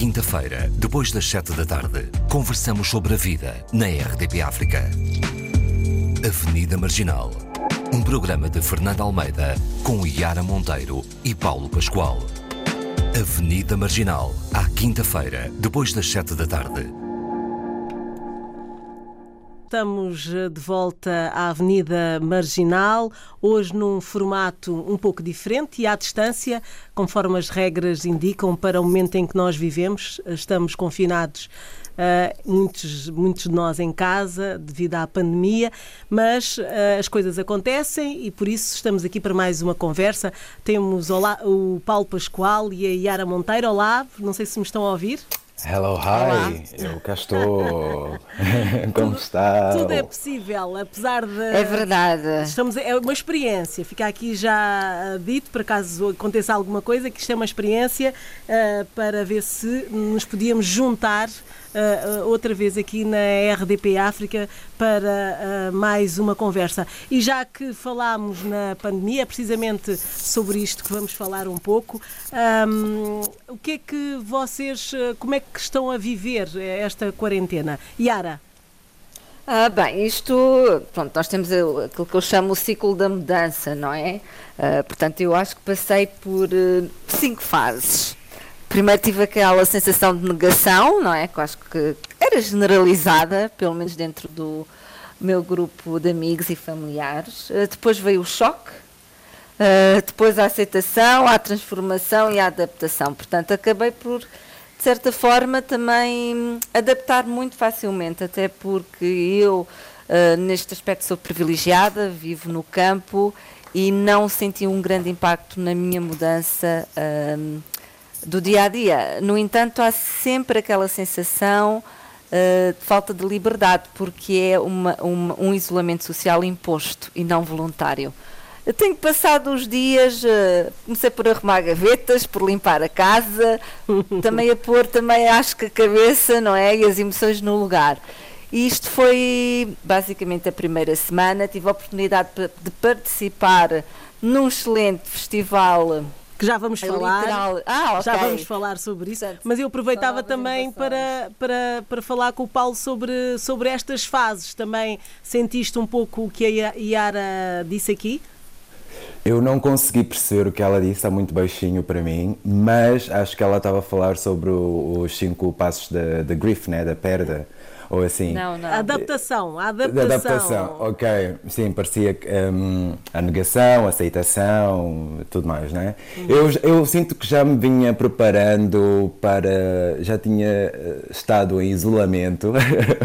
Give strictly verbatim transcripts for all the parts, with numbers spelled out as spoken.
quinta-feira, depois das sete da tarde, conversamos sobre a vida na R D P África. Avenida Marginal. Um programa de Fernando Almeida com Yara Monteiro e Paulo Pascoal. Avenida Marginal, à quinta-feira, depois das sete da tarde. Estamos de volta à Avenida Marginal, hoje num formato um pouco diferente e à distância, conforme as regras indicam para o momento em que nós vivemos. Estamos confinados, uh, muitos, muitos de nós em casa, devido à pandemia, mas uh, as coisas acontecem e por isso estamos aqui para mais uma conversa. Temos olá, o Paulo Pascoal e a Yara Monteiro. Olá, não sei se me estão a ouvir. Hello, hi, Olá. Eu cá estou. Como está? Tudo é possível, apesar de... É verdade. Estamos, é uma experiência, fica aqui já dito, para caso aconteça alguma coisa, que isto é uma experiência uh, para ver se nos podíamos juntar uh, outra vez aqui na R D P África para uh, mais uma conversa. E já que falámos na pandemia, é precisamente sobre isto que vamos falar um pouco. Um, o que é que vocês, como é que estão a viver esta quarentena? Yara? Ah, bem, isto, pronto, nós temos aquilo que eu chamo o ciclo da mudança, não é? Uh, portanto, eu acho que passei por uh, cinco fases. Primeiro tive aquela sensação de negação, não é? Que eu acho que era generalizada, pelo menos dentro do meu grupo de amigos e familiares. Uh, depois veio o choque, uh, depois a aceitação, a transformação e a adaptação. Portanto, acabei por, de certa forma, também adaptar muito facilmente, até porque eu, uh, neste aspecto, sou privilegiada, vivo no campo e não senti um grande impacto na minha mudança uh, do dia a dia. No entanto, há sempre aquela sensação uh, de falta de liberdade, porque é uma, uma, um isolamento social imposto e não voluntário. Eu tenho passado os dias, uh, comecei por arrumar gavetas, por limpar a casa, também a pôr, também acho que a cabeça, não é, e as emoções no lugar. E isto foi basicamente a primeira semana. Tive a oportunidade de participar num excelente festival. Que já vamos falar, ah, okay. já vamos falar sobre isso, mas eu aproveitava também para, para, para falar com o Paulo sobre, sobre estas fases. Também sentiste um pouco o que a Yara disse aqui? Eu não consegui perceber o que ela disse, está muito baixinho para mim, mas acho que ela estava a falar sobre o, os cinco passos da, da grief, né, da perda, ou assim. Não, não. A adaptação, a adaptação. Da adaptação, ok. Sim, parecia um, a negação, a aceitação, tudo mais, né? Uhum. Eu, eu sinto que já me vinha preparando para... Já tinha estado em isolamento.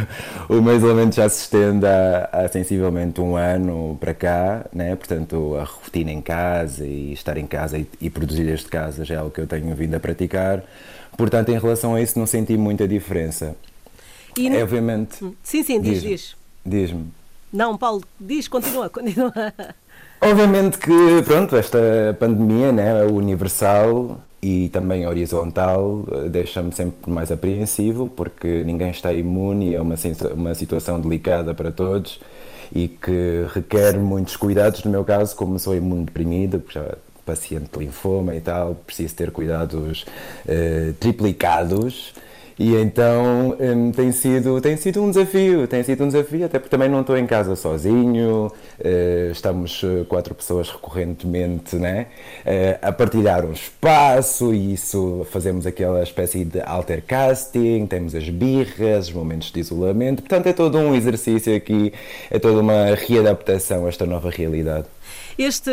O meu isolamento já se estende há, há sensivelmente um ano para cá, né? Portanto, a rotina em casa e estar em casa e, e produzir desde casa já é algo que eu tenho vindo a praticar. Portanto, em relação a isso, não senti muita diferença. E é, obviamente. Sim, sim, diz, diz-me, diz. Diz-me. Não, Paulo, diz, continua, continua. Obviamente que, pronto, esta pandemia, né, universal e também horizontal, deixa-me sempre mais apreensivo, porque ninguém está imune e é uma, uma situação delicada para todos e que requer muitos cuidados. No meu caso, como sou imunodeprimido, já paciente de linfoma e tal, preciso ter cuidados eh, triplicados. E então um, tem, sido, tem sido um desafio, tem sido um desafio, até porque também não estou em casa sozinho, uh, estamos quatro pessoas recorrentemente, né, uh, a partilhar um espaço e isso fazemos aquela espécie de altercasting, temos as birras, os momentos de isolamento, portanto é todo um exercício aqui, é toda uma readaptação a esta nova realidade. Este,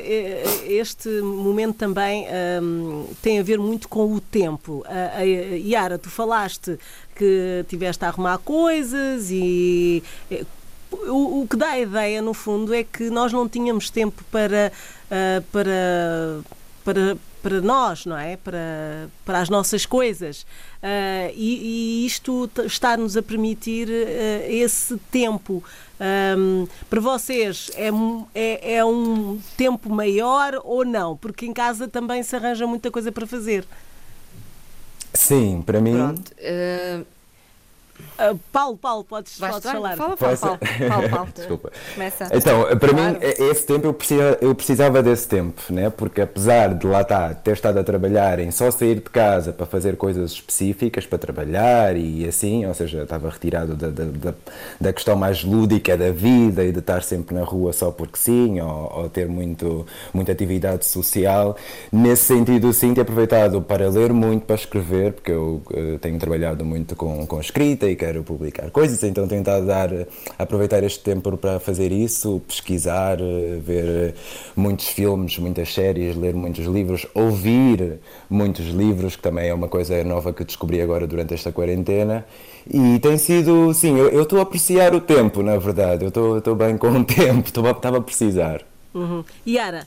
este momento também um, tem a ver muito com o tempo. A, a, Yara, tu falaste que tiveste a arrumar coisas e o, o que dá a ideia, no fundo, é que nós não tínhamos tempo para, uh, para, para, para nós, não é? Para, para as nossas coisas. Uh, e, e isto está-nos a permitir uh, esse tempo. Um, para vocês é, é, é um tempo maior ou não? Porque em casa também se arranja muita coisa para fazer. Sim, para mim... Pronto. Uh, Uh, Paulo, Paulo, podes, podes falar. Fala, fala, fala, fala, fala. Desculpa. Começa. Então, para Claro. mim, esse tempo eu precisava, eu precisava desse tempo, né? Porque apesar de lá estar, ter estado a trabalhar em só sair de casa para fazer coisas específicas, para trabalhar e assim, ou seja, estava retirado da, da, da, da questão mais lúdica da vida e de estar sempre na rua só porque sim, ou, ou ter muito, muita atividade social. Nesse sentido, sim, tenho aproveitado para ler muito, para escrever, porque eu, eu tenho trabalhado muito com, com escrita e quero publicar coisas, então tenho tentado dar, aproveitar este tempo para fazer isso, pesquisar, ver muitos filmes, muitas séries, ler muitos livros, ouvir muitos livros, que também é uma coisa nova que descobri agora durante esta quarentena. E tem sido, sim, eu, eu estou a apreciar o tempo, na verdade, eu estou, estou bem com o tempo, estou, estava a precisar. Uhum. Yara?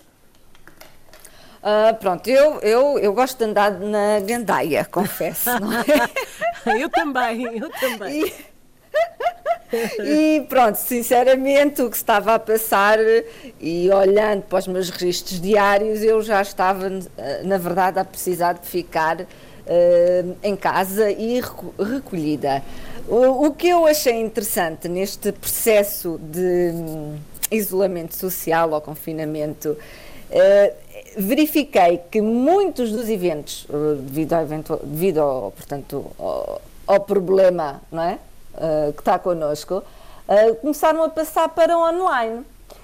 Uh, pronto, eu, eu, eu gosto de andar na gandaia, confesso, não é? Eu também, eu também. E, e pronto, sinceramente, o que estava a passar e olhando para os meus registros diários, eu já estava, na verdade, a precisar de ficar uh, em casa e recolhida. O, o que eu achei interessante neste processo de um, isolamento social ou confinamento, uh, verifiquei que muitos dos eventos, devido ao, evento, devido ao, portanto, ao, ao problema, não é? Uh, que está connosco, uh, começaram a passar para online.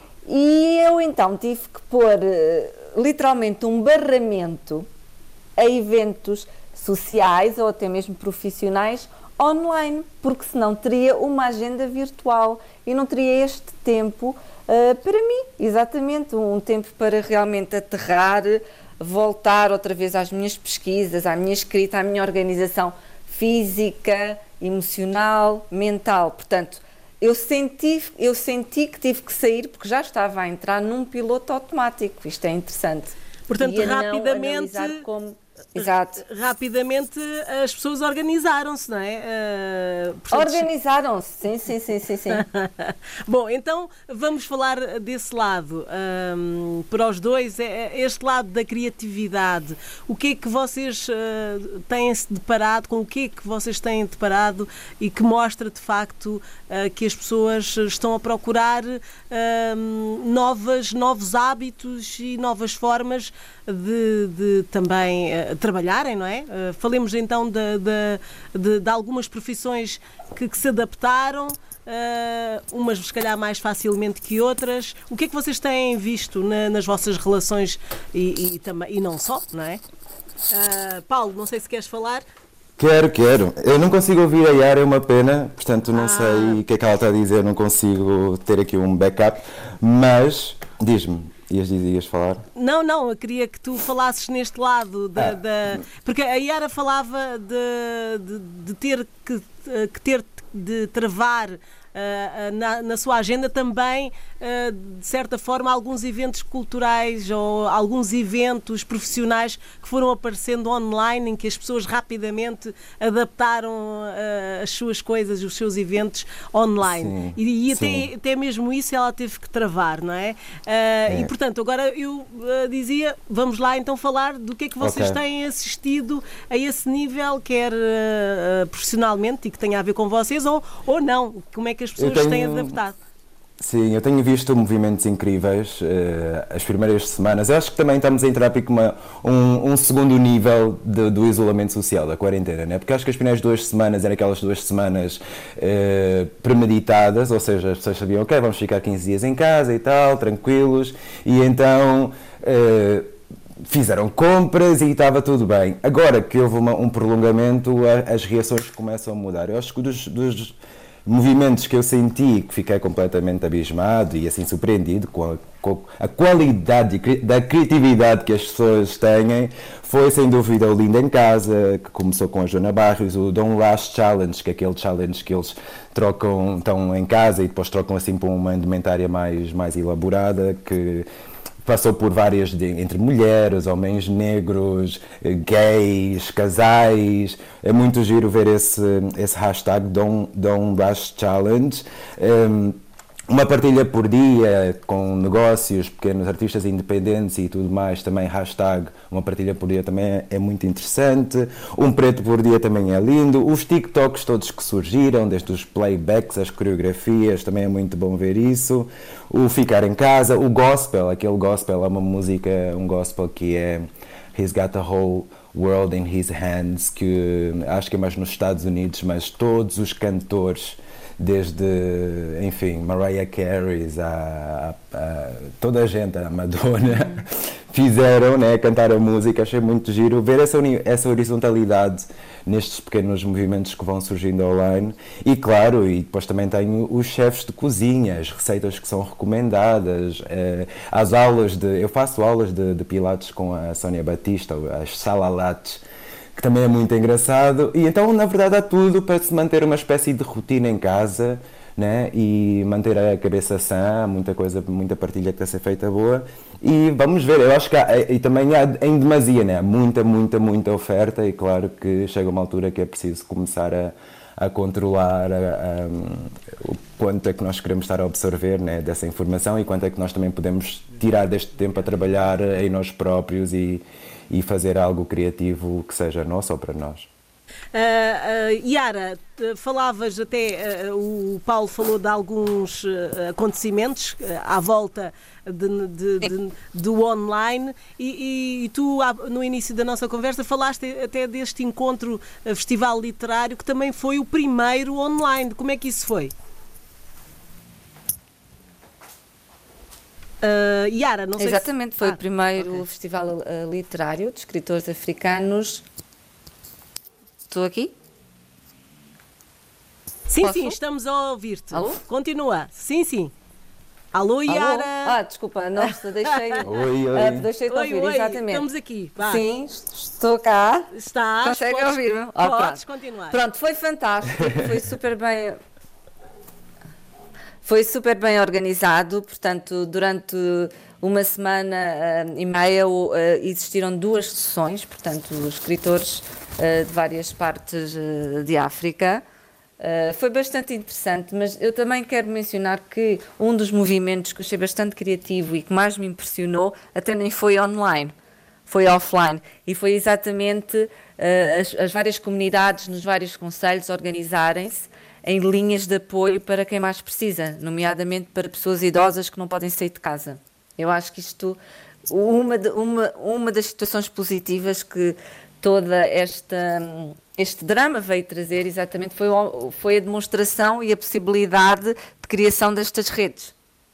E eu então tive que pôr uh, literalmente um barramento a eventos sociais ou até mesmo profissionais online, porque senão teria uma agenda virtual e não teria este tempo uh, para mim, exatamente, um tempo para realmente aterrar, voltar outra vez às minhas pesquisas, à minha escrita, à minha organização física, emocional, mental. Portanto, eu senti, eu senti que tive que sair porque já estava a entrar num piloto automático. Isto é interessante. Portanto, e a rapidamente... não analisar como... Exato. Rapidamente as pessoas organizaram-se, não é? Uh, portanto... Organizaram-se, sim, sim, sim, sim, sim. Bom, então vamos falar desse lado. Um, para os dois, é este lado da criatividade. O que é que vocês uh, têm-se deparado, com o que é que vocês têm deparado e que mostra de facto uh, que as pessoas estão a procurar uh, novas, novos hábitos e novas formas de, de também uh, trabalharem, não é? Uh, falemos então de, de, de, de algumas profissões que, que se adaptaram, uh, umas se calhar mais facilmente que outras. O que é que vocês têm visto na, nas vossas relações e, e, também, e não só, não é? Uh, Paulo, não sei se queres falar. Quero, quero. Eu não consigo ouvir a Yara, é uma pena, portanto não Ah. sei o que é que ela está a dizer, não consigo ter aqui um backup, mas diz-me. Ias dizer, ias falar? Não, não, eu queria que tu falasses neste lado da... Ah. da porque a Yara falava de, de, de ter que, que ter de travar uh, na, na sua agenda também, uh, de certa forma, alguns eventos culturais ou alguns eventos profissionais que foram aparecendo online, em que as pessoas rapidamente adaptaram uh, as suas coisas, os seus eventos online. Sim, e e sim. até, até mesmo isso ela teve que travar, não é? Uh, É. E, portanto, agora eu uh, dizia, vamos lá então falar do que é que vocês Ok. têm assistido a esse nível, quer uh, profissionalmente e que tenha a ver com vocês, ou, ou não, como é que as pessoas Eu tenho- têm adaptado? Sim, eu tenho visto movimentos incríveis eh, as primeiras semanas. Eu acho que também estamos a entrar para uma, um, um segundo nível de, do isolamento social, da quarentena, né? Porque acho que as primeiras duas semanas eram aquelas duas semanas eh, premeditadas, ou seja, as pessoas sabiam, ok, vamos ficar quinze dias em casa e tal, tranquilos, e então... eh, fizeram compras e estava tudo bem. Agora que houve uma, um prolongamento, a, as reações começam a mudar. Eu acho que dos, dos movimentos que eu senti, que fiquei completamente abismado e assim surpreendido com a, com a qualidade da criatividade que as pessoas têm, foi sem dúvida o Linda em Casa, que começou com a Joana Barrios, o Don't Rush Challenge, que é aquele challenge que eles trocam, estão em casa e depois trocam assim para uma indumentária mais, mais elaborada, que passou por várias, de, entre mulheres, homens negros, gays, casais. É muito giro ver esse, esse hashtag Don't, Don't Rush Challenge. Um, uma partilha por dia com negócios, pequenos artistas independentes e tudo mais, também hashtag uma partilha por dia também é, é muito interessante. Um preto por dia também é lindo. Os TikToks todos que surgiram, desde os playbacks, as coreografias, também é muito bom ver isso. O ficar em casa, o gospel, aquele gospel é uma música, um gospel que é He's Got a Whole World in His Hands, que acho que é mais nos Estados Unidos, mas todos os cantores, desde, enfim, Mariah Carey, a, a, a toda a gente, a Madonna, fizeram, né, cantar a música. Achei muito giro ver essa, essa horizontalidade nestes pequenos movimentos que vão surgindo online. E claro, e depois também tenho os chefes de cozinha, as receitas que são recomendadas, eh, as aulas de... Eu faço aulas de, de pilates com a Sónia Batista, as salalates, que também é muito engraçado. E então, na verdade, há tudo para se manter uma espécie de rotina em casa, né? E manter a cabeça sã, muita coisa, muita partilha que está a ser feita boa. E vamos ver, eu acho que há, e também há em demasia, né? Muita, muita, muita oferta, e claro que chega uma altura que é preciso começar a, a controlar a, a, o quanto é que nós queremos estar a absorver, né, dessa informação, e quanto é que nós também podemos tirar deste tempo a trabalhar em nós próprios e, e fazer algo criativo que seja nosso ou para nós. Uh, uh, Yara, falavas até, uh, o Paulo falou de alguns uh, acontecimentos uh, à volta de, de, de, do online e, e, e tu, no início da nossa conversa, falaste até deste encontro uh, festival literário que também foi o primeiro online. Como é que isso foi? Uh, Yara, não sei Exatamente, se... foi ah, o primeiro okay. festival uh, literário de escritores africanos. Estou aqui? Sim, Posso? sim, estamos a ouvir-te. Alô? Continua. Sim, sim. Alô, Yara? Alô? Ah, desculpa, não, deixei, Oi, oi. Uh, deixei de Oi, ouvir, oi, exatamente. estamos aqui. Vá. Sim, estou cá. Estás, Consegue podes, ouvir-me? Oh, podes pronto. continuar. Pronto, foi fantástico, foi super bem... Foi super bem organizado, portanto, durante uma semana uh, e meia uh, existiram duas sessões, portanto, os escritores uh, de várias partes uh, de África. Uh, foi bastante interessante, mas eu também quero mencionar que um dos movimentos que eu achei bastante criativo e que mais me impressionou até nem foi online, foi offline, e foi exatamente uh, as, as várias comunidades nos vários concelhos organizarem-se em linhas de apoio para quem mais precisa, nomeadamente para pessoas idosas que não podem sair de casa. Eu acho que isto, uma, de, uma, uma das situações positivas que toda esta, este drama veio trazer exatamente foi, foi a demonstração e a possibilidade de criação destas redes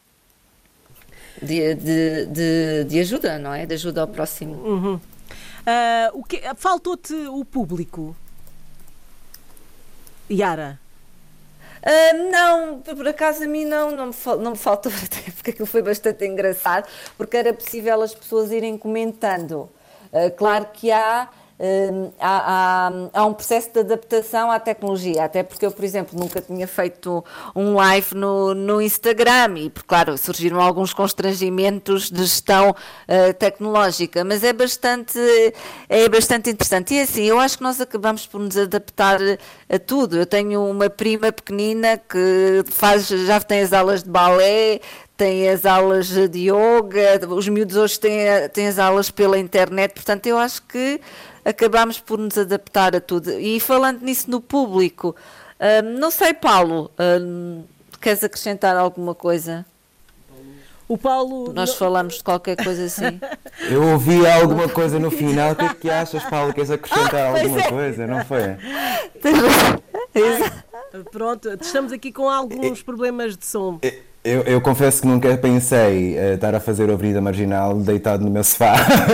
de, de, de, de ajuda, não é? De ajuda ao próximo. Uhum. Uh, o que, faltou-te o público, Yara? Uh, não, por acaso a mim não, não me, fal, não me faltou, até porque aquilo foi bastante engraçado, porque era possível as pessoas irem comentando. Uh, claro que há, uh, há, há, há um processo de adaptação à tecnologia, até porque eu, por exemplo, nunca tinha feito um live no, no Instagram e, claro, surgiram alguns constrangimentos de gestão uh, tecnológica, mas é bastante, é bastante interessante. E assim, eu acho que nós acabamos por nos adaptar a tudo. Eu tenho uma prima pequenina que faz, já tem as aulas de balé, tem as aulas de yoga, os miúdos hoje têm, têm as aulas pela internet, portanto eu acho que acabamos por nos adaptar a tudo. E falando nisso no público, hum, não sei, Paulo, hum, queres acrescentar alguma coisa? O Paulo... Nós não... falamos de qualquer coisa assim. Eu ouvi alguma coisa no final, o que é que achas, Paulo? Queres acrescentar Ah, alguma é. coisa, não foi? Pronto, estamos aqui com alguns problemas de som. Eu, eu confesso que nunca pensei uh, estar a fazer a Avenida Marginal deitado no meu sofá.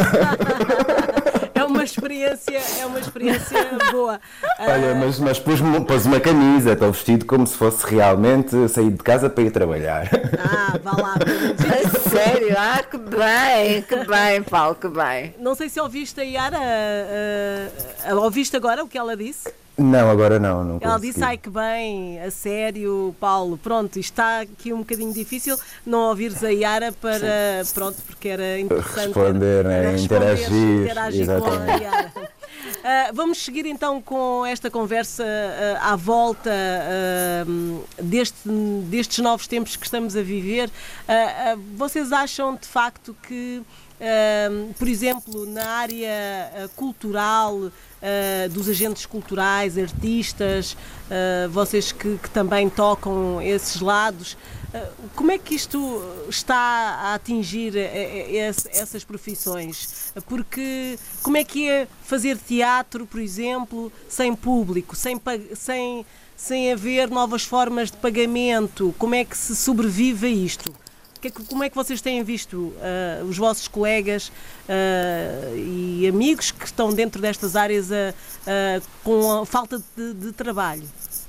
É uma experiência, é uma experiência boa. Olha, mas, mas pus, pus uma camisa, estou vestido como se fosse realmente sair de casa para ir trabalhar. Ah, vá lá. A sério? Ah, que bem, que bem, Paulo, que bem. Não sei se ouviste a Yara, uh, uh, ouviste agora o que ela disse? Não, agora não. não Ela consegui. disse, ai que bem, a sério, Paulo, pronto, está aqui um bocadinho difícil não ouvires a Yara para, pronto, porque era interessante responder, né? era Interagir, interagir com a exatamente. Yara. Uh, vamos seguir então com esta conversa uh, à volta uh, deste, destes novos tempos que estamos a viver. Uh, uh, vocês acham de facto que, uh, por exemplo, na área uh, cultural, uh, dos agentes culturais, artistas, uh, vocês que, que também tocam esses lados, como é que isto está a atingir essas profissões? Porque como é que é fazer teatro, por exemplo, sem público, sem, sem, sem haver novas formas de pagamento? Como é que se sobrevive a isto? Como é que vocês têm visto uh, os vossos colegas uh, e amigos que estão dentro destas áreas uh, uh, com a falta de, de trabalho?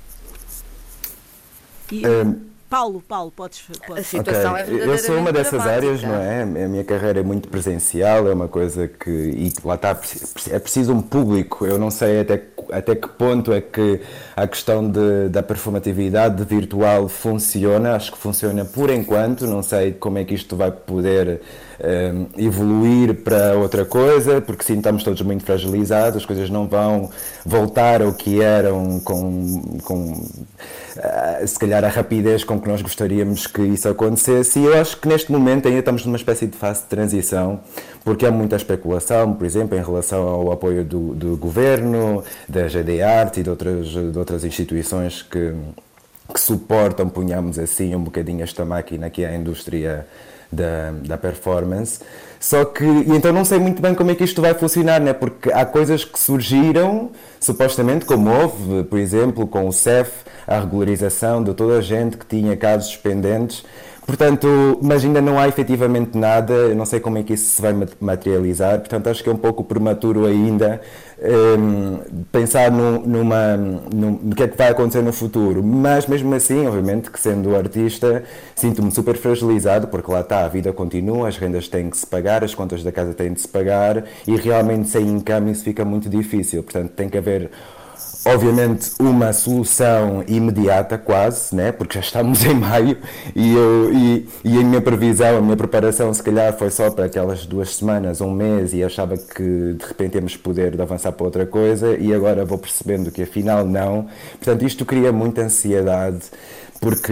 E, um... Paulo, Paulo, podes... podes. A situação okay. é verdadeiramente Eu sou uma dessas dramática. áreas, não é? A minha carreira é muito presencial, é uma coisa que... E lá está, é preciso um público. Eu não sei até, até que ponto é que a questão de, da performatividade virtual funciona. Acho que funciona por enquanto. Não sei como é que isto vai poder um, evoluir para outra coisa, porque sim, estamos todos muito fragilizados, as coisas não vão voltar ao que eram com... com uh, se calhar a rapidez com que nós gostaríamos que isso acontecesse, e eu acho que neste momento ainda estamos numa espécie de fase de transição, porque há muita especulação, por exemplo, em relação ao apoio do, do governo, da G D Arte e de outras, de outras instituições que, que suportam, ponhamos assim, um bocadinho esta máquina que é a indústria da, da performance. Só que, e então não sei muito bem como é que isto vai funcionar, né? Porque há coisas que surgiram, supostamente, como houve, por exemplo, com o C E F, a regularização de toda a gente que tinha casos pendentes. Portanto, mas ainda não há efetivamente nada, eu não sei como é que isso se vai materializar, portanto acho que é um pouco prematuro ainda um, pensar no, numa, num, no que é que vai acontecer no futuro, mas mesmo assim, obviamente que sendo artista, sinto-me super fragilizado, porque lá está, a vida continua, as rendas têm que se pagar, as contas da casa têm de se pagar, e realmente sem income isso fica muito difícil, portanto tem que haver... Obviamente uma solução imediata quase, né? Porque já estamos em maio e, eu, e, e a minha previsão, a minha preparação se calhar foi só para aquelas duas semanas, um mês, e achava que de repente temos poder de avançar para outra coisa, e agora vou percebendo que afinal não. Portanto, isto cria muita ansiedade, porque...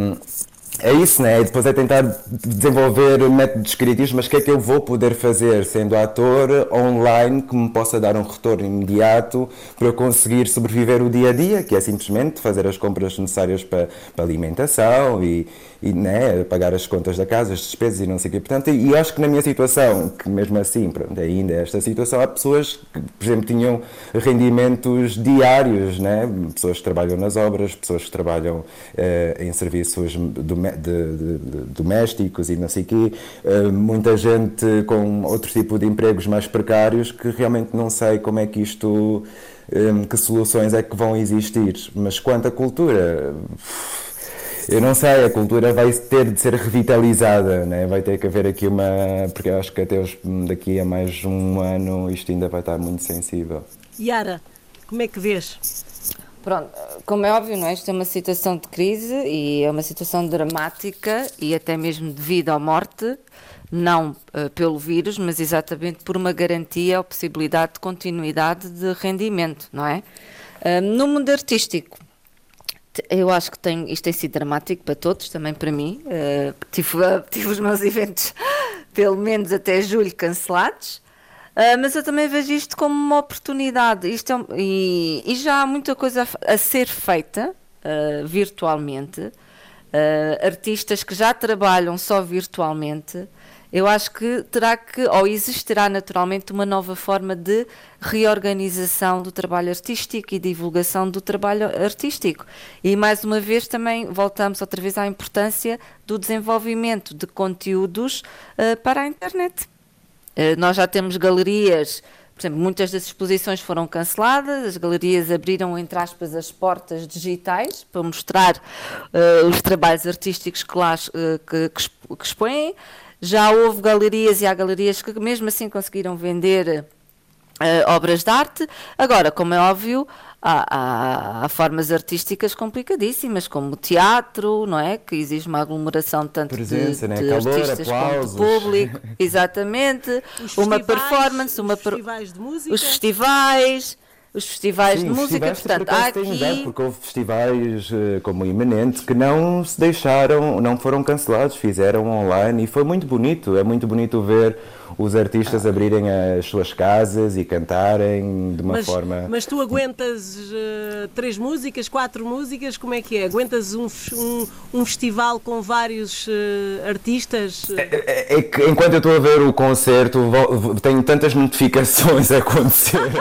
É isso, né? Depois é tentar desenvolver métodos criativos, mas o que é que eu vou poder fazer sendo ator online que me possa dar um retorno imediato para eu conseguir sobreviver o dia a dia, que é simplesmente fazer as compras necessárias para, para alimentação e, e né, pagar as contas da casa, as despesas e não sei o quê. Portanto, e acho que na minha situação, que mesmo assim, pronto, ainda esta situação, há pessoas que, por exemplo, tinham rendimentos diários, né? Pessoas que trabalham nas obras, pessoas que trabalham eh, em serviços do De, de, de, domésticos e não sei o quê, uh, muita gente com outro tipo de empregos mais precários que realmente não sei como é que isto, um, que soluções é que vão existir. Mas quanto à cultura, eu não sei, a cultura vai ter de ser revitalizada, né? Vai ter que haver aqui uma... porque eu acho que até os, daqui a mais um ano isto ainda vai estar muito sensível. Yara, como é que vês? Pronto, como é óbvio, não é? Isto é uma situação de crise e é uma situação dramática e até mesmo de vida ou morte, não uh, pelo vírus, mas exatamente por uma garantia ou possibilidade de continuidade de rendimento, não é? Uh, no mundo artístico, eu acho que tem, isto tem sido dramático para todos, também para mim. Uh, tive, uh, tive os meus eventos, pelo menos até julho, cancelados. Uh, mas eu também vejo isto como uma oportunidade. Isto é um, e, e já há muita coisa a, a ser feita uh, virtualmente. Uh, artistas que já trabalham só virtualmente. Eu acho que terá que, ou existirá naturalmente, uma nova forma de reorganização do trabalho artístico e divulgação do trabalho artístico. E mais uma vez também voltamos outra vez à importância do desenvolvimento de conteúdos uh, para a internet. Uh, nós já temos galerias, por exemplo, muitas das exposições foram canceladas, as galerias abriram, entre aspas, as portas digitais para mostrar uh, os trabalhos artísticos que lá uh, que, que, que expõem. Já houve galerias e há galerias que mesmo assim conseguiram vender obras de arte. Agora, como é óbvio, há, há, há formas artísticas complicadíssimas, como o teatro, não é? Que exige uma aglomeração tanto Presença, de, né? de Calor, artistas aplausos. como de público. Exatamente. Os Uma festivais, performance, uma os festivais de música. Os festivais, os festivais Sim, de os música, festivais, portanto, por acaso, há têm mudado, aqui... porque houve festivais eh, como o Imanente que não se deixaram, não foram cancelados, fizeram online e foi muito bonito. É muito bonito ver os artistas abrirem as suas casas e cantarem de uma mas, forma... Mas tu aguentas uh, três músicas, quatro músicas, como é que é? Aguentas um, um, um festival com vários uh, artistas? É, é, é que enquanto eu estou a ver o concerto, vou, tenho tantas notificações a acontecerem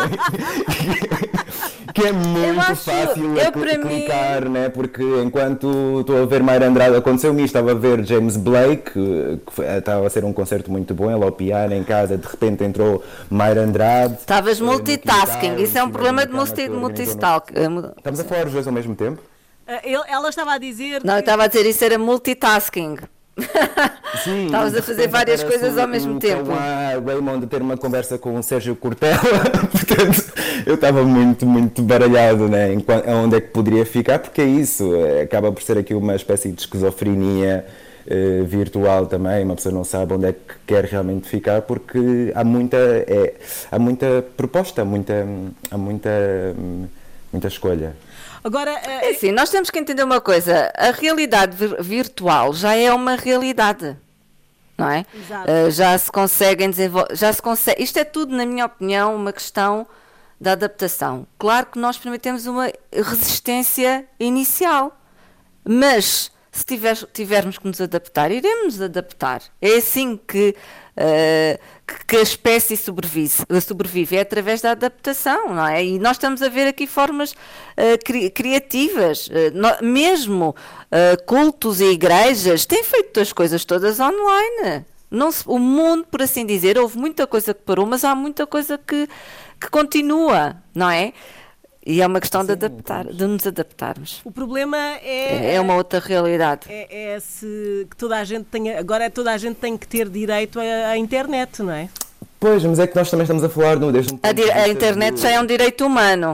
que é muito acho- fácil eu, a cl- para mim- clicar, né? Porque enquanto estou a ver Mayra Andrade, aconteceu-me isto, estava a ver James Blake, que foi- estava a ser um concerto muito bom, ele ao piano em casa, de repente entrou Mayra Andrade. Estavas eh, no multitasking, quintal, isso é um em cima problema da de cama, multi- que organizou no- multitasking. Estamos a falar os dois ao mesmo tempo? Uh, ele- ela estava a dizer Não, eu que... estava a dizer isso era multitasking. Sim, Estavas a fazer várias parece coisas ao um- mesmo um tempo. Cauã Raymond a ter uma conversa com o Sérgio Cortella, portanto eu estava muito, muito baralhado, né, em qua- onde é que poderia ficar, porque é isso, é, acaba por ser aqui uma espécie de esquizofrenia eh, virtual também, uma pessoa não sabe onde é que quer realmente ficar, porque há muita, é, há muita proposta, há muita, há muita, hum, muita escolha. Agora, uh, É assim, nós temos que entender uma coisa, a realidade vir- virtual já é uma realidade, não é? Exato. Uh, já se conseguem desenvolver, já se consegue, isto é tudo, na minha opinião, uma questão da adaptação. Claro que nós permitemos uma resistência inicial, mas se tiver, tivermos que nos adaptar, iremos nos adaptar. É assim que, uh, que- que a espécie sobrevive, sobrevive, é através da adaptação, não é? E nós estamos a ver aqui formas uh, cri- criativas, uh, no- mesmo uh, cultos e igrejas têm feito as coisas todas online. Não se- o mundo, por assim dizer, houve muita coisa que parou, mas há muita coisa que, que continua, não é? E é uma questão de, adaptar, de nos adaptarmos. o problema é... É é uma outra realidade. É, é se que toda a gente tenha... Agora é toda a gente tem que ter direito à, à internet, não é? Pois, mas é que nós também estamos a falar no, desde um A, ponto di- de a vista internet do- já é um direito humano.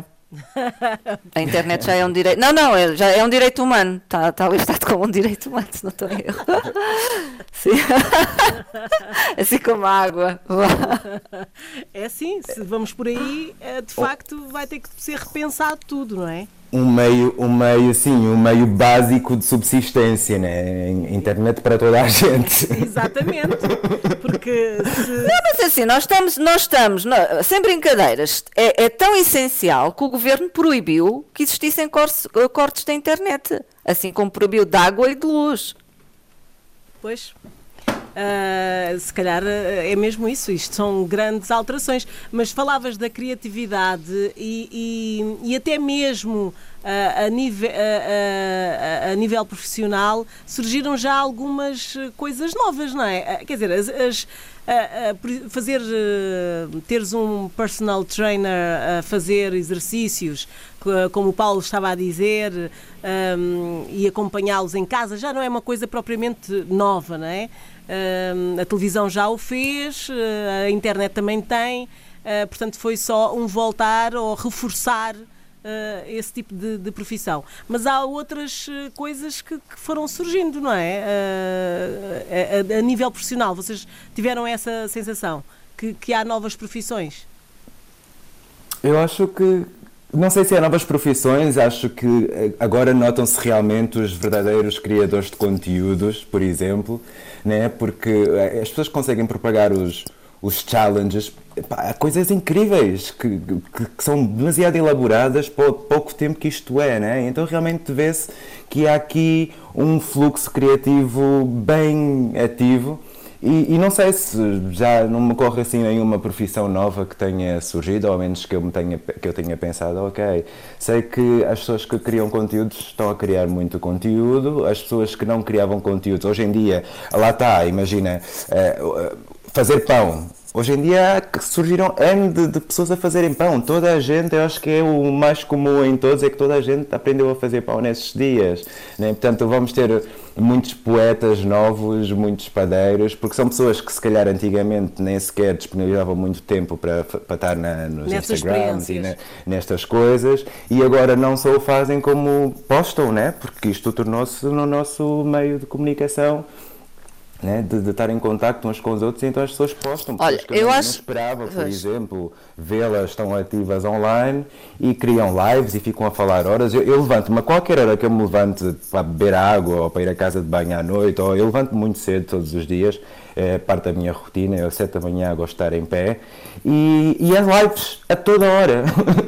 A internet já é um direito. Não, não, é- já é um direito humano. Está tá listado como um direito humano, se não estou em erro. Sim. Assim como a água. É assim, se vamos por aí, eh, de facto vai ter que ser repensado tudo, não é? um meio, um meio, sim, um meio básico de subsistência, né? Internet para toda a gente. Exatamente. Porque se... Não, mas assim, nós estamos, nós estamos não, sem brincadeiras, é, é tão essencial que o governo proibiu que existissem cortes, cortes da internet, assim como proibiu de água e de luz. Pois, ah, se calhar ah, é mesmo isso, isto são grandes alterações, mas falavas da criatividade e, e, e até mesmo ah, a, nível, a, a- a nível profissional surgiram já algumas coisas novas, não é? Ah, Quer dizer, as, as- a- a por- fazer, ah, teres um personal trainer a fazer exercícios, co- como o Paulo estava a dizer, ahm, e acompanhá-los em casa, já não é uma coisa propriamente nova, não é? Ahm, a televisão já o fez, ah, a internet também tem, ah, portanto foi só um voltar ou reforçar ah, esse tipo de, de profissão. Mas há outras ah, coisas que, que foram surgindo, não é? Ah, a, a- a nível profissional, vocês tiveram essa sensação que, que há novas profissões? Eu acho que, não sei se é novas profissões, acho que eh, agora notam-se realmente os verdadeiros criadores de conteúdos, por exemplo, né? Porque eh, as pessoas conseguem propagar os, os challenges, epá, há coisas incríveis que, que, que são demasiado elaboradas para o pouco tempo que isto é, né? Então realmente vê-se que há aqui um fluxo criativo bem ativo. E, e não sei se já não me ocorre assim nenhuma profissão nova que tenha surgido, ou ao menos que eu, me tenha, que eu tenha pensado, ok, sei que as pessoas que criam conteúdos estão a criar muito conteúdo, as pessoas que não criavam conteúdos, hoje em dia, lá está, imagina, uh, fazer pão. Hoje em dia surgiram N de, de pessoas a fazerem pão. Toda a gente, eu acho que é o mais comum em todos, é que toda a gente aprendeu a fazer pão nesses dias, né? Portanto, vamos ter muitos poetas novos, muitos padeiros, porque são pessoas que se calhar antigamente nem sequer disponibilizavam muito tempo para, para estar na, nos Nessas Instagrams e na, nestas coisas, e agora não só o fazem como postam, né? Porque isto tornou-se no nosso meio de comunicação, né? de, de estar em contacto uns com os outros, e então as pessoas postam. Olha, que eu não, acho... não esperava, por Pois. exemplo, vê-las estão ativas online e criam lives e ficam a falar horas. Eu, eu levanto-me a qualquer hora que eu me levante para beber água ou para ir à casa de banho à noite, ou eu levanto muito cedo todos os dias, é parte da minha rotina, eu às sete da manhã gosto de estar em pé, e, e as lives a toda hora.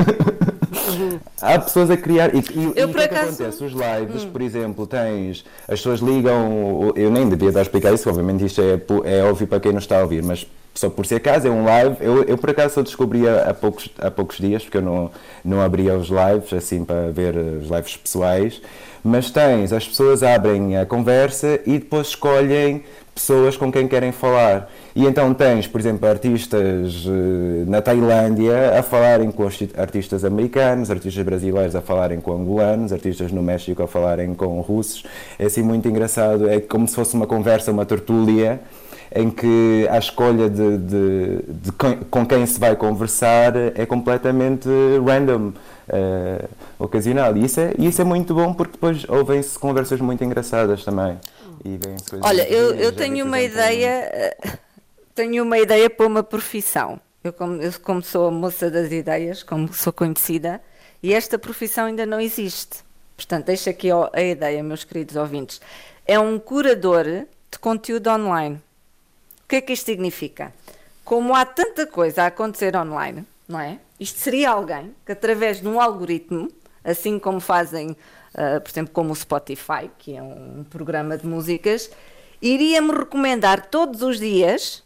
Há pessoas a criar. E, e, Eu, e o por que é que acaso- acontece? Os lives, por exemplo, tens. As pessoas ligam. Eu nem devia estar a explicar isso, obviamente isto é, pu- é óbvio para quem não está a ouvir, mas só por ser acaso é um live. Eu, eu por acaso só descobri há, há poucos, há poucos dias, porque eu não, não abria os lives assim para ver os lives pessoais. Mas tens, as pessoas abrem a conversa e depois escolhem pessoas com quem querem falar. E então tens, por exemplo, artistas eh, na Tailândia a falarem com arti- artistas americanos, artistas brasileiros a falarem com angolanos, artistas no México a falarem com russos. É assim muito engraçado, é como se fosse uma conversa, uma tertúlia, em que a escolha de, de, de com- com quem se vai conversar é completamente random, eh, ocasional. E isso é, isso é muito bom, porque depois ouvem-se conversas muito engraçadas também. E vêm-se coisas Olha, muito eu, giras. eu Já tenho vi, por uma exemplo, ideia, eh, tenho uma ideia para uma profissão. Eu como, eu como sou a moça das ideias, como sou conhecida, e esta profissão ainda não existe. Portanto, deixo aqui ó, a ideia, meus queridos ouvintes. É um curador de conteúdo online. O que é que isto significa? Como há tanta coisa a acontecer online, não é? Isto seria alguém que, através de um algoritmo, assim como fazem, uh, por exemplo, como o Spotify, que é um programa de músicas, iria-me recomendar todos os dias,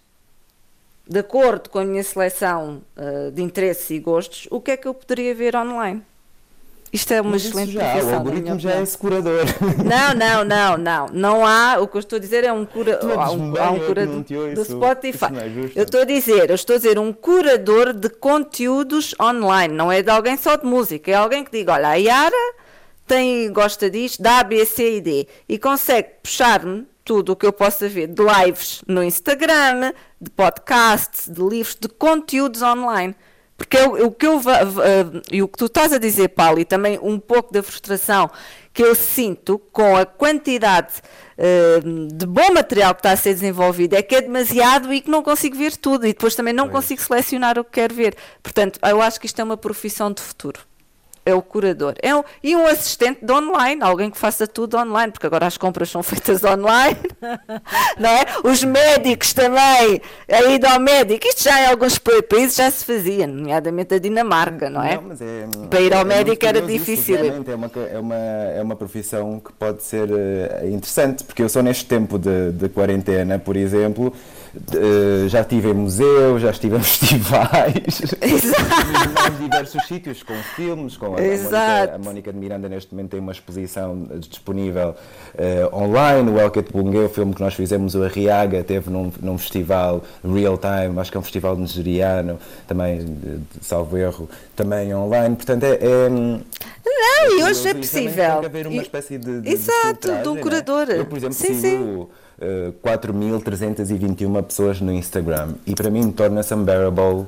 de acordo com a minha seleção uh, de interesses e gostos, o que é que eu poderia ver online. Isto é uma Mas isso excelente já, profissão. o na algoritmo minha já é opinião. esse curador. Não, não, não, não. Não há, o que eu estou a dizer é um cura, Tu há um, bem, há um eu que curador não te do ouço. Spotify. Isso não é justo. Eu estou a dizer, eu estou a dizer um curador de conteúdos online, não é de alguém só de música, é alguém que diga, olha, a Yara tem, gosta disto, dá A, B, C e D, e consegue puxar-me tudo o que eu possa ver de lives no Instagram, de podcasts, de livros, de conteúdos online. Porque eu, o que eu va- va- e o que tu estás a dizer, Paulo, e também um pouco da frustração que eu sinto com a quantidade eh, de bom material que está a ser desenvolvido, é que é demasiado e que não consigo ver tudo, e depois também não Pois. consigo selecionar o que quero ver. Portanto, eu acho que isto é uma profissão de futuro. É o curador. É um, e um assistente de online, alguém que faça tudo online, porque agora as compras são feitas online, não é? Os médicos também, a ida ao médico, isto já em alguns pa- países já se fazia, nomeadamente a Dinamarca, não é? Não, mas é, Para ir ao é médico muito era curioso isso, difícil. realmente é uma, co- é, uma, é uma profissão que pode ser eh, interessante, porque eu sou neste tempo de, de quarentena, por exemplo, de- já estive em museus, já estive em festivais, Exato. em diversos sítios, com filmes, com a, a, Exato. Mónica, a Mónica de Miranda neste momento tem uma exposição disponível eh, online, o El que te Bungue, o filme que nós fizemos, o Arriaga, teve num, num festival real time, acho que é um festival nigeriano, também, de, de, salvo erro, também online, portanto é... é Não, e hoje é e também possível. Tem que haver uma E- espécie de, de Exato, filtragem, de um né? curador. Eu, por exemplo, Sim, sigo uh, quatro mil trezentas e vinte e uma pessoas no Instagram e para mim torna-se unbearable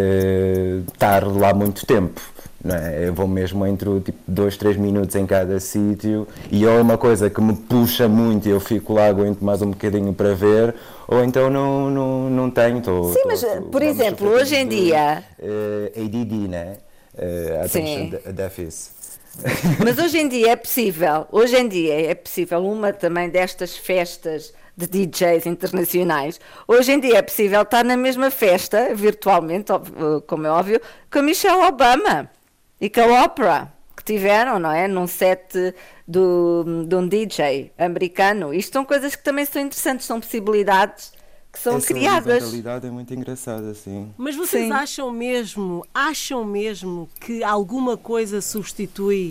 uh, estar lá muito tempo. Não é? Eu vou mesmo entre tipo, dois, três minutos em cada sítio e ou é uma coisa que me puxa muito e eu fico lá, aguento mais um bocadinho para ver, ou então não, não, não tenho. Tô, Sim, tô- mas, tô- por vamos exemplo, sofrer hoje em de, dia- uh, A D D, né? Uh, Sim. attention deficit. Mas hoje em dia é possível, hoje em dia é possível uma também destas festas de D Js internacionais, hoje em dia é possível estar na mesma festa, virtualmente, óbvio, como é óbvio, com a Michelle Obama e com a Oprah, que tiveram, não é? Num set do, de um D J americano. Isto são coisas que também são interessantes, são possibilidades que são Essa criadas. horizontalidade é muito engraçada, sim. Mas vocês Sim. acham mesmo, acham mesmo que alguma coisa substitui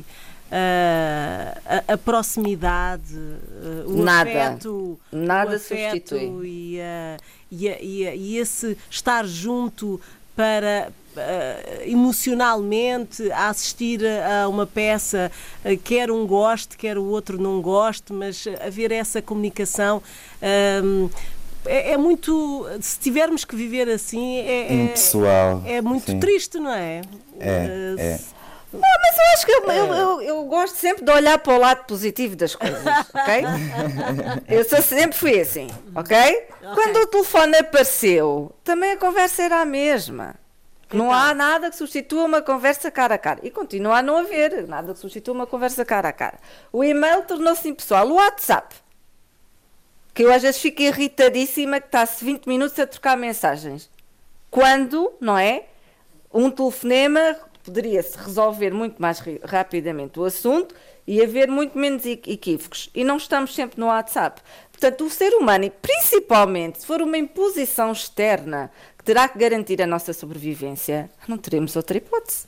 ah, a, a proximidade, ah, o Nada. afeto, Nada o afeto substitui. E, ah, e, a- e a- e esse estar junto para uh, emocionalmente a assistir a uma peça, uh, quer um goste, quer o outro não goste, mas haver essa comunicação. Um, É, é muito, se tivermos que viver assim, é, é, pessoal, é muito sim. triste, não é? É, Uh, é. Não, mas eu acho que eu, eu, eu, eu gosto sempre de olhar para o lado positivo das coisas, ok? Eu sou, sempre fui assim, ok? Quando o telefone apareceu, também a conversa era a mesma. Não há nada que substitua uma conversa cara a cara. E continua a não haver nada que substitua uma conversa cara a cara. O e-mail tornou-se impessoal. O WhatsApp, que eu às vezes fico irritadíssima, que está-se vinte minutos a trocar mensagens. Quando, não é? Um telefonema poderia-se resolver muito mais rapidamente o assunto e haver muito menos equívocos. E não estamos sempre no WhatsApp. Portanto, o ser humano, e principalmente se for uma imposição externa que terá que garantir a nossa sobrevivência, não teremos outra hipótese.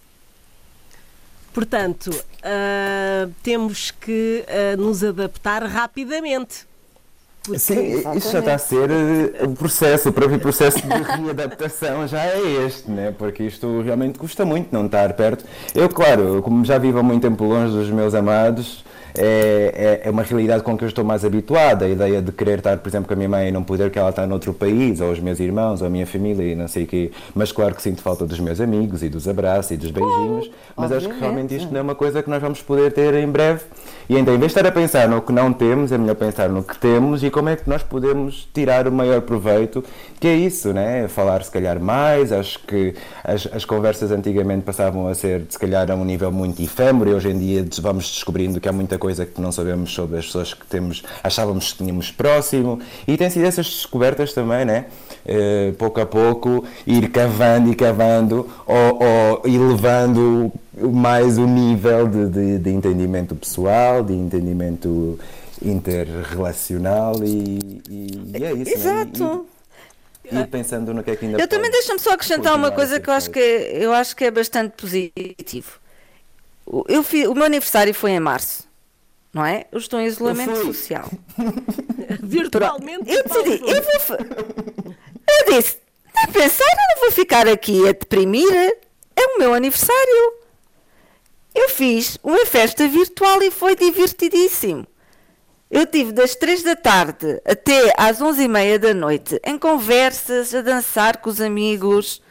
Portanto, uh, temos que uh, nos adaptar rapidamente. Porque, Sim, isso já está a ser o processo, o próprio processo de readaptação já é este, né? Porque isto realmente custa muito não estar perto. Eu, claro, como já vivo há muito tempo longe dos meus amados, é, é, é uma realidade com que eu estou mais habituada. A ideia de querer estar, por exemplo, com a minha mãe e não poder, que ela está noutro país, ou os meus irmãos, ou a minha família e não sei o quê. Mas claro que sinto falta dos meus amigos e dos abraços e dos beijinhos. Mas acho que realmente isto não é uma coisa que nós vamos poder ter em breve. E então, em vez de estar a pensar no que não temos, é melhor pensar no que temos e como é que nós podemos tirar o maior proveito, que é isso, né? Falar se calhar mais. Acho que as, as conversas antigamente passavam a ser, se calhar, a um nível muito efêmero, e hoje em dia vamos descobrindo que há muita coisa que não sabemos sobre as pessoas que temos, achávamos que tínhamos próximo, e tem sido essas descobertas também, né? Uh, pouco a pouco, ir cavando e cavando, ou, ou elevando mais o nível de, de, de entendimento pessoal, de entendimento interrelacional, e, e, e é isso. Exato. Né? E, e pensando no que é que ainda Eu também deixa-me só acrescentar uma coisa que eu acho que, é, eu acho que é bastante positivo. Eu fiz, o meu aniversário foi em março, não é? Eu estou em isolamento social. Virtualmente. Eu decidi, eu vou. Eu disse, a pensar, eu não vou ficar aqui a deprimir. É o meu aniversário. Eu fiz uma festa virtual e foi divertidíssimo. Eu tive das três da tarde até às onze e meia da noite em conversas, a dançar com os amigos.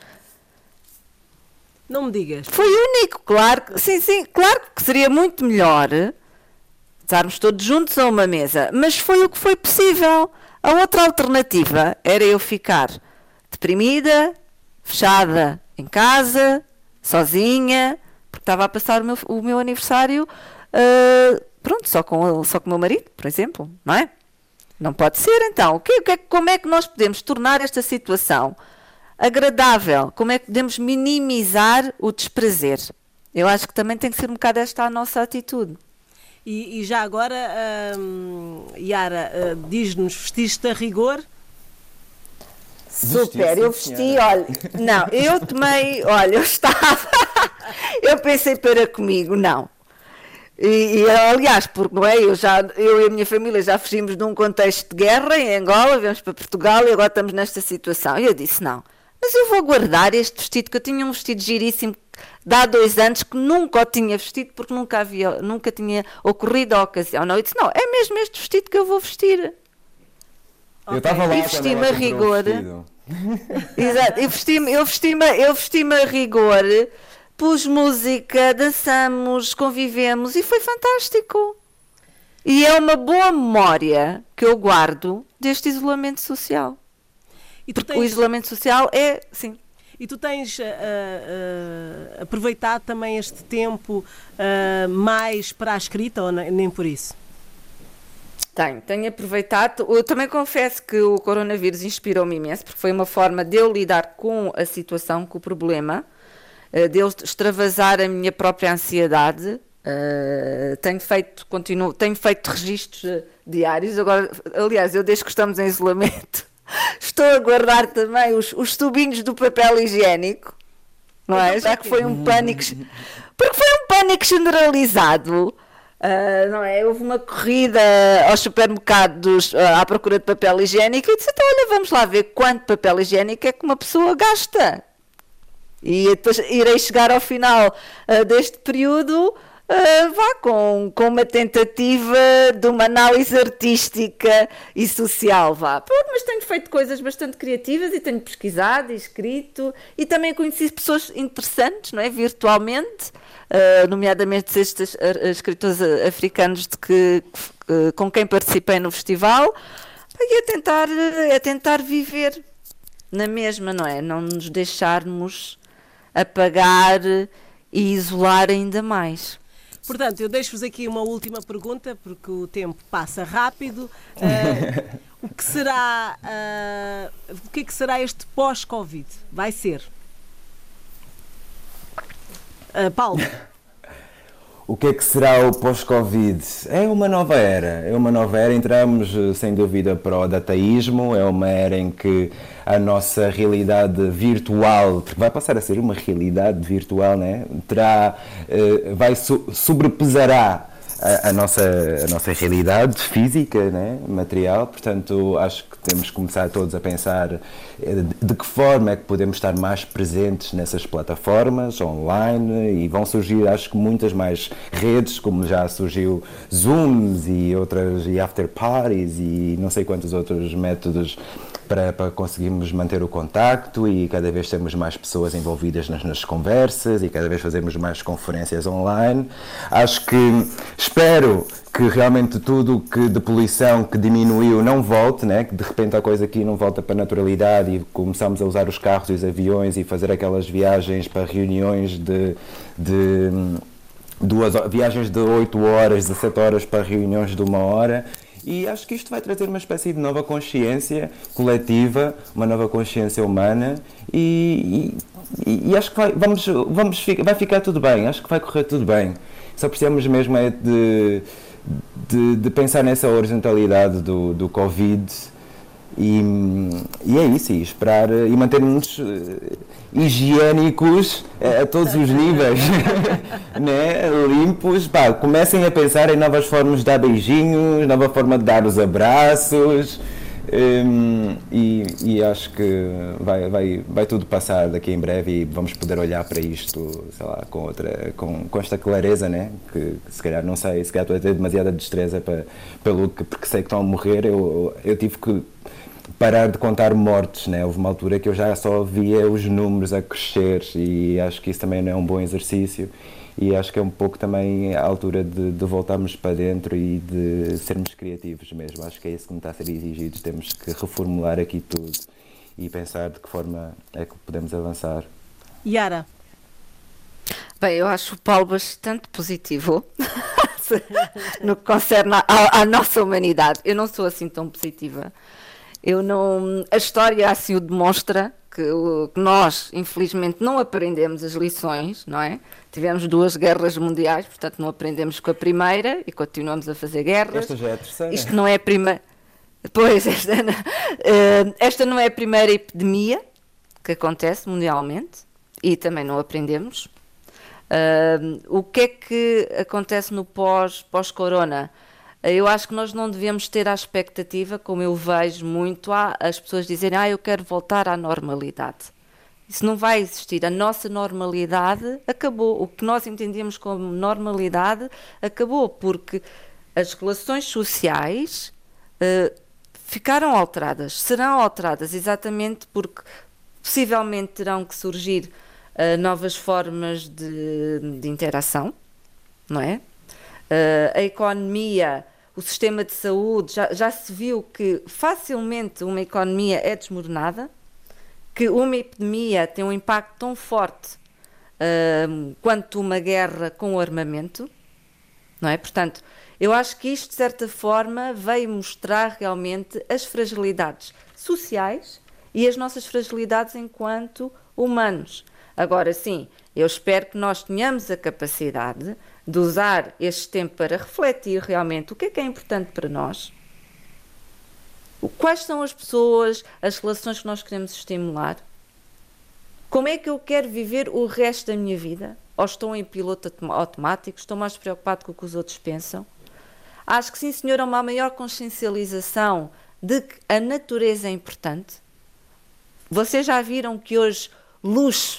Não me digas. Foi único, claro. Sim, sim, claro que seria muito melhor estarmos todos juntos a uma mesa, mas foi o que foi possível. A outra alternativa era eu ficar deprimida, fechada em casa, sozinha, porque estava a passar o meu, o meu aniversário, uh, pronto, só com, só com o meu marido, por exemplo, não é? Não pode ser, então. O que, o que, como é que nós podemos tornar esta situação agradável? Como é que podemos minimizar o desprazer? Eu acho que também tem que ser um bocado esta a nossa atitude. E, e já agora, hum, Yara, uh, diz-nos, vestiste a rigor? Super, eu vesti, olha, não, eu tomei, olha, eu estava, eu pensei para comigo, não. E, e aliás, porque não é, eu, já, eu e a minha família já fugimos de um contexto de guerra em Angola, viemos para Portugal e agora estamos nesta situação. E eu disse, não, mas eu vou guardar este vestido, que eu tinha um vestido giríssimo de há dois anos que nunca o tinha vestido porque nunca, havia, nunca tinha ocorrido a ocasião. Não, eu disse, não, é mesmo este vestido que eu vou vestir. Eu estava lá e vesti-me a rigor. Exato, eu vesti-me eu vesti-me, eu vesti-me a rigor, pus música, dançamos, convivemos e foi fantástico. E é uma boa memória que eu guardo deste isolamento social. E porque tens... o isolamento social é, sim. E tu tens uh, uh, aproveitado também este tempo uh, mais para a escrita ou nem por isso? Tenho, tenho aproveitado. Eu também confesso que o coronavírus inspirou-me imenso, porque foi uma forma de eu lidar com a situação, com o problema, de eu extravasar a minha própria ansiedade. Uh, tenho feito, continuo, tenho feito registros diários. Agora, aliás, eu desde que estamos em isolamento, estou a guardar também os, os tubinhos do papel higiênico, não é? Já que foi um pânico, porque foi um pânico generalizado. Uh, não é? Houve uma corrida aos supermercados uh, à procura de papel higiênico e disse, então olha, vamos lá ver quanto papel higiênico é que uma pessoa gasta. E depois irei chegar ao final uh, deste período Uh, vá com, com uma tentativa de uma análise artística e social, vá. Pronto, mas tenho feito coisas bastante criativas e tenho pesquisado e escrito e também conheci pessoas interessantes, não é, virtualmente, uh, nomeadamente estes uh, escritores africanos de que, uh, com quem participei no festival, e a tentar, a tentar viver na mesma, não é? Não nos deixarmos apagar e isolar ainda mais. Portanto, eu deixo-vos aqui uma última pergunta, porque o tempo passa rápido. Uh, o que será, uh, o que é que será este pós-Covid? Vai ser? Uh, Paulo? O que é que será o pós-Covid? É uma nova era, é uma nova era, entramos sem dúvida para o dataísmo, é uma era em que a nossa realidade virtual, porque vai passar a ser uma realidade virtual, né? Terá, vai sobrepesará a, a, nossa, a nossa realidade física, né? Material, portanto acho que temos que começar todos a pensar de que forma é que podemos estar mais presentes nessas plataformas online, e vão surgir, acho que, muitas mais redes, como já surgiu Zooms e outras, e after parties e não sei quantos outros métodos para, para conseguirmos manter o contacto, e cada vez temos mais pessoas envolvidas nas, nas conversas e cada vez fazemos mais conferências online. Acho que, espero que realmente tudo que de poluição que diminuiu não volte, né? Que de repente a coisa aqui não volta para a naturalidade e começamos a usar os carros e os aviões e fazer aquelas viagens para reuniões de, de duas viagens de oito horas, dezassete horas para reuniões de uma hora. E acho que isto vai trazer uma espécie de nova consciência coletiva, uma nova consciência humana, e, e, e acho que vai, vamos, vamos, vai ficar tudo bem, acho que vai correr tudo bem. Só precisamos mesmo é de, de, de pensar nessa horizontalidade do, do Covid, e, e é isso, e esperar e manter-nos higiênicos a, a todos os níveis, né? Limpos. Pá, comecem a pensar em novas formas de dar beijinhos, nova forma de dar os abraços, um, e, e acho que vai, vai, vai tudo passar daqui em breve e vamos poder olhar para isto, sei lá, com, outra, com, com esta clareza, né? Que, que se calhar, não sei, se calhar estou a ter demasiada destreza para, pelo que, porque sei que estão a morrer. Eu, eu tive que parar de contar mortes, né? Houve uma altura que eu já só via os números a crescer, e acho que isso também não é um bom exercício, e acho que é um pouco também a altura de, de voltarmos para dentro e de sermos criativos mesmo. Acho que é isso que me está a ser exigido. Temos que reformular aqui tudo e pensar de que forma é que podemos avançar. Yara? Bem, eu acho o Paulo bastante positivo no que concerne à, à nossa humanidade. Eu não sou assim tão positiva. Eu não, a história assim o demonstra, que, que nós, infelizmente, não aprendemos as lições, não é? Tivemos duas guerras mundiais, portanto não aprendemos com a primeira e continuamos a fazer guerras. Esta já é a terceira. Isto não é a primeira... Pois, esta, esta não é a primeira epidemia que acontece mundialmente e também não aprendemos. Uh, o que é que acontece no pós, pós-corona? Eu acho que nós não devemos ter a expectativa, como eu vejo muito, as pessoas dizerem, ah, eu quero voltar à normalidade. Isso não vai existir. A nossa normalidade acabou. O que nós entendíamos como normalidade acabou, porque as relações sociais uh, ficaram alteradas, serão alteradas exatamente porque possivelmente terão que surgir uh, novas formas de, de interação, não é? Uh, a economia, o sistema de saúde, já, já se viu que facilmente uma economia é desmoronada, que uma epidemia tem um impacto tão forte uh, quanto uma guerra com armamento, não é? Portanto, eu acho que isto, de certa forma, veio mostrar realmente as fragilidades sociais e as nossas fragilidades enquanto humanos. Agora, sim, eu espero que nós tenhamos a capacidade de usar este tempo para refletir realmente o que é que é importante para nós, quais são as pessoas, as relações que nós queremos estimular, como é que eu quero viver o resto da minha vida, ou estou em piloto automático, estou mais preocupado com o que os outros pensam. Acho que sim, senhora, uma maior consciencialização de que a natureza é importante. Vocês já viram que hoje luxo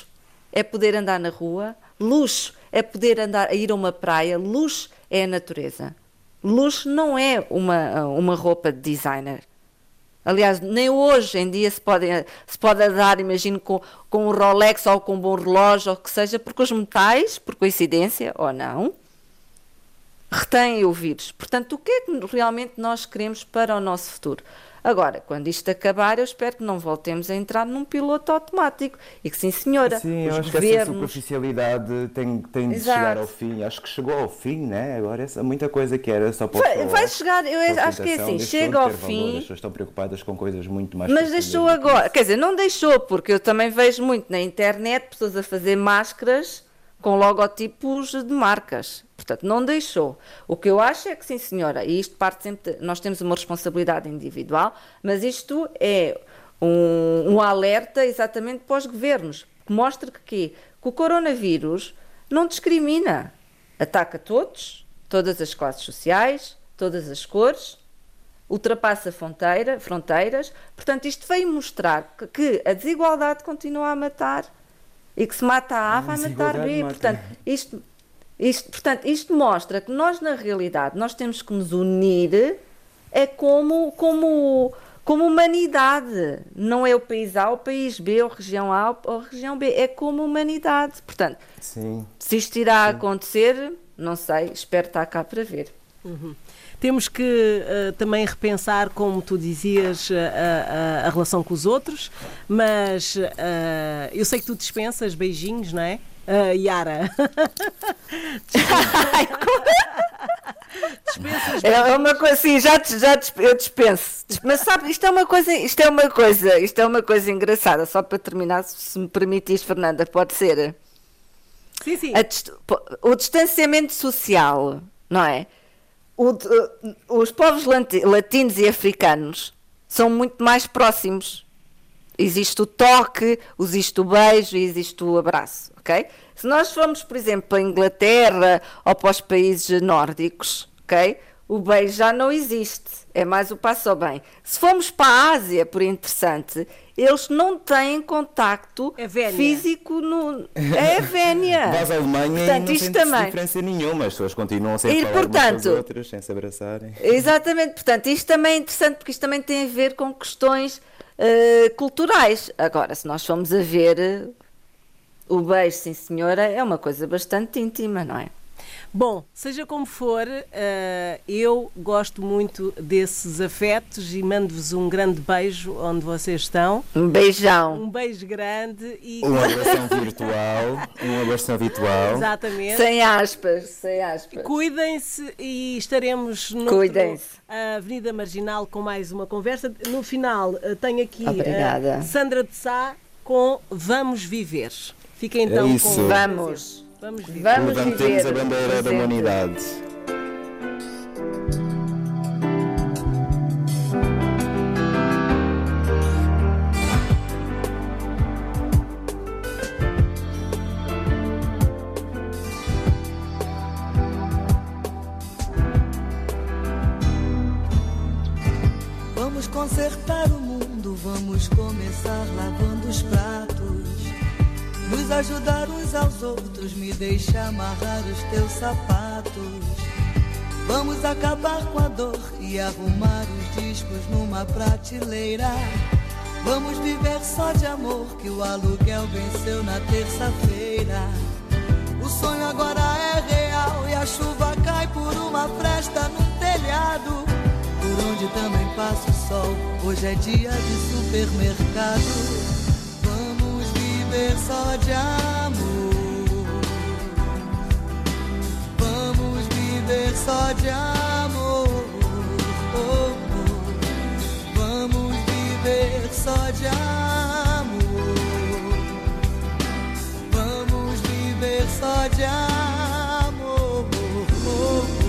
é poder andar na rua, luxo é poder andar, ir a uma praia, luxo é a natureza. Luxo não é uma, uma roupa de designer. Aliás, nem hoje em dia se pode, se pode andar, imagino, com, com um Rolex ou com um bom relógio, ou o que seja, porque os metais, por coincidência ou não, retêm o vírus. Portanto, o que é que realmente nós queremos para o nosso futuro? Agora, quando isto acabar, eu espero que não voltemos a entrar num piloto automático e que sim, senhora, sim, os eu acho governos... que essa superficialidade tem, tem de Exato. chegar ao fim. Acho que chegou ao fim, né? Agora essa, muita coisa que era só para o Vai, falar, vai chegar, eu para a acho que é assim, ostentação, chega deixou ao de ter fim... valor. As pessoas estão preocupadas com coisas muito mais Mas profundas deixou do que agora, isso. quer dizer, não deixou, porque eu também vejo muito na internet pessoas a fazer máscaras com logotipos de marcas. Portanto, não deixou. O que eu acho é que, sim, senhora, e isto parte sempre, de, nós temos uma responsabilidade individual, mas isto é um, um alerta exatamente para os governos, que mostra que, quê? Que o coronavírus não discrimina. Ataca todos, todas as classes sociais, todas as cores, ultrapassa fronteira, fronteiras. Portanto, isto veio mostrar que, que a desigualdade continua a matar e que se mata A, A vai matar desigualdade B. mata. Portanto, isto, isto, portanto, isto mostra que nós, na realidade, nós temos que nos unir é como, como, como humanidade. Não é o país A, o país B, ou região A ou região B. É como humanidade. Portanto, Sim. se isto irá acontecer, não sei, espero estar cá para ver. Uhum. Temos que uh, também repensar, como tu dizias, a, a, a relação com os outros, mas uh, eu sei que tu dispensas beijinhos, não é? Uh, Yara. Dispensas É é uma coisa assim, já, já eu dispenso. Mas sabe, isto é uma coisa, isto é uma coisa, isto é uma coisa engraçada, só para terminar, se me permitires, Fernanda, pode ser. Sim, sim. A dist- o distanciamento social, não é? O de- os povos lati- latinos e africanos são muito mais próximos. Existe o toque, existe o beijo e existe o abraço, ok? Se nós formos, por exemplo, para a Inglaterra ou para os países nórdicos, ok? O beijo já não existe, é mais o passo ao bem. Se formos para a Ásia, por interessante, eles não têm contacto É vénia. físico no... É vénia. Vais à Alemanha Portanto, e não isto sentes também. diferença nenhuma. As pessoas continuam sem E, falar umas com portanto, as outras, sem se abraçarem. Exatamente, portanto, isto também é interessante porque isto também tem a ver com questões eh, culturais. Agora, se nós formos a ver, eh, o beijo, sim senhora, é uma coisa bastante íntima, não é? Bom, seja como for, uh, eu gosto muito desses afetos e mando-vos um grande beijo onde vocês estão. Um beijão. Um beijo grande e... Uma abração virtual. Uma abração virtual. Exatamente. Sem aspas, sem aspas. Cuidem-se e estaremos no Cuidem-se. Avenida Marginal com mais uma conversa. No final, uh, tenho aqui Obrigada. uh, Sandra de Sá com Vamos Viver. Fiquem então É isso. com... Vamos. Vamos viver. Vamos Levantemos viver a bandeira da presente. humanidade. Vamos consertar o mundo, vamos começar lavando os pratos, nos ajudar uns aos outros, me deixa amarrar os teus sapatos. Vamos acabar com a dor e arrumar os discos numa prateleira. Vamos viver só de amor, que o aluguel venceu na terça-feira. O sonho agora é real e a chuva cai por uma fresta num telhado, por onde também passa o sol. Hoje é dia de supermercado. Vamos viver só de amor. Vamos viver só de amor. Oh, oh. Vamos viver só de amor. Vamos viver só de amor. Oh, oh.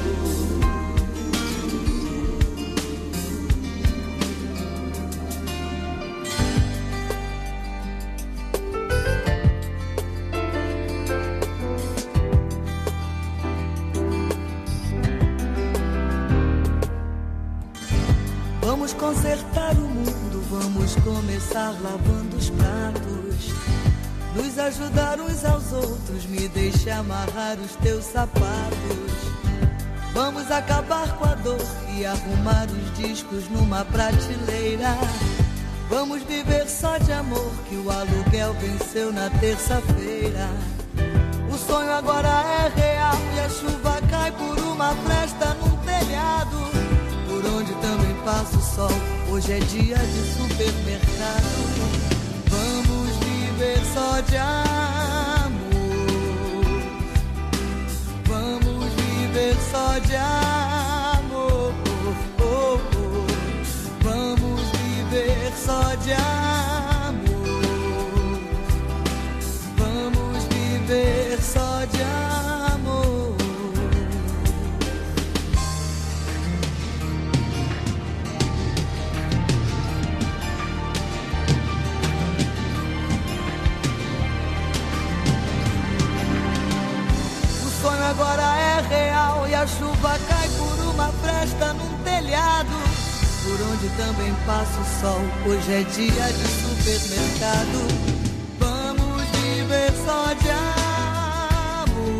Vamos consertar o mundo, vamos começar lavando os pratos, nos ajudar uns aos outros, me deixa amarrar os teus sapatos. Vamos acabar com a dor e arrumar os discos numa prateleira. Vamos viver só de amor, que o aluguel venceu na terça-feira. O sonho agora é real e a chuva cai por uma fresta num telhado, por onde também passa o sol. Hoje é dia de supermercado. Vamos viver só de amor. Vamos viver só de amor. Oh, oh, oh. Vamos viver só de amor. Vamos viver só de amor. O sonho agora é real e a chuva cai por uma fresta num telhado, por onde também passa o sol. Hoje é dia de supermercado. Vamos viver só de amor.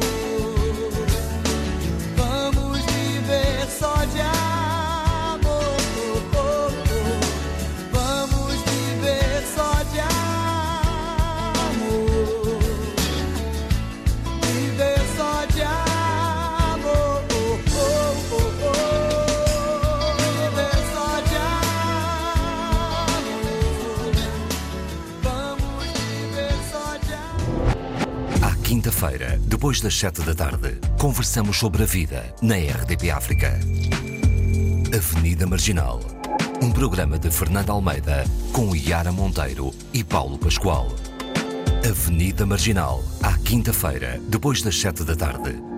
Vamos viver só de amor. Oh, oh, oh. Vamos viver só de amor. Viver só de amor. Oh, oh, oh, oh. Viver só de amor. Vamos viver só de amor. À quinta-feira, depois das sete da tarde, conversamos sobre a vida na R D P África. Avenida Marginal. Um programa de Fernando Almeida com Yara Monteiro e Paulo Pascoal. Avenida Marginal, à quinta-feira, depois das sete da tarde.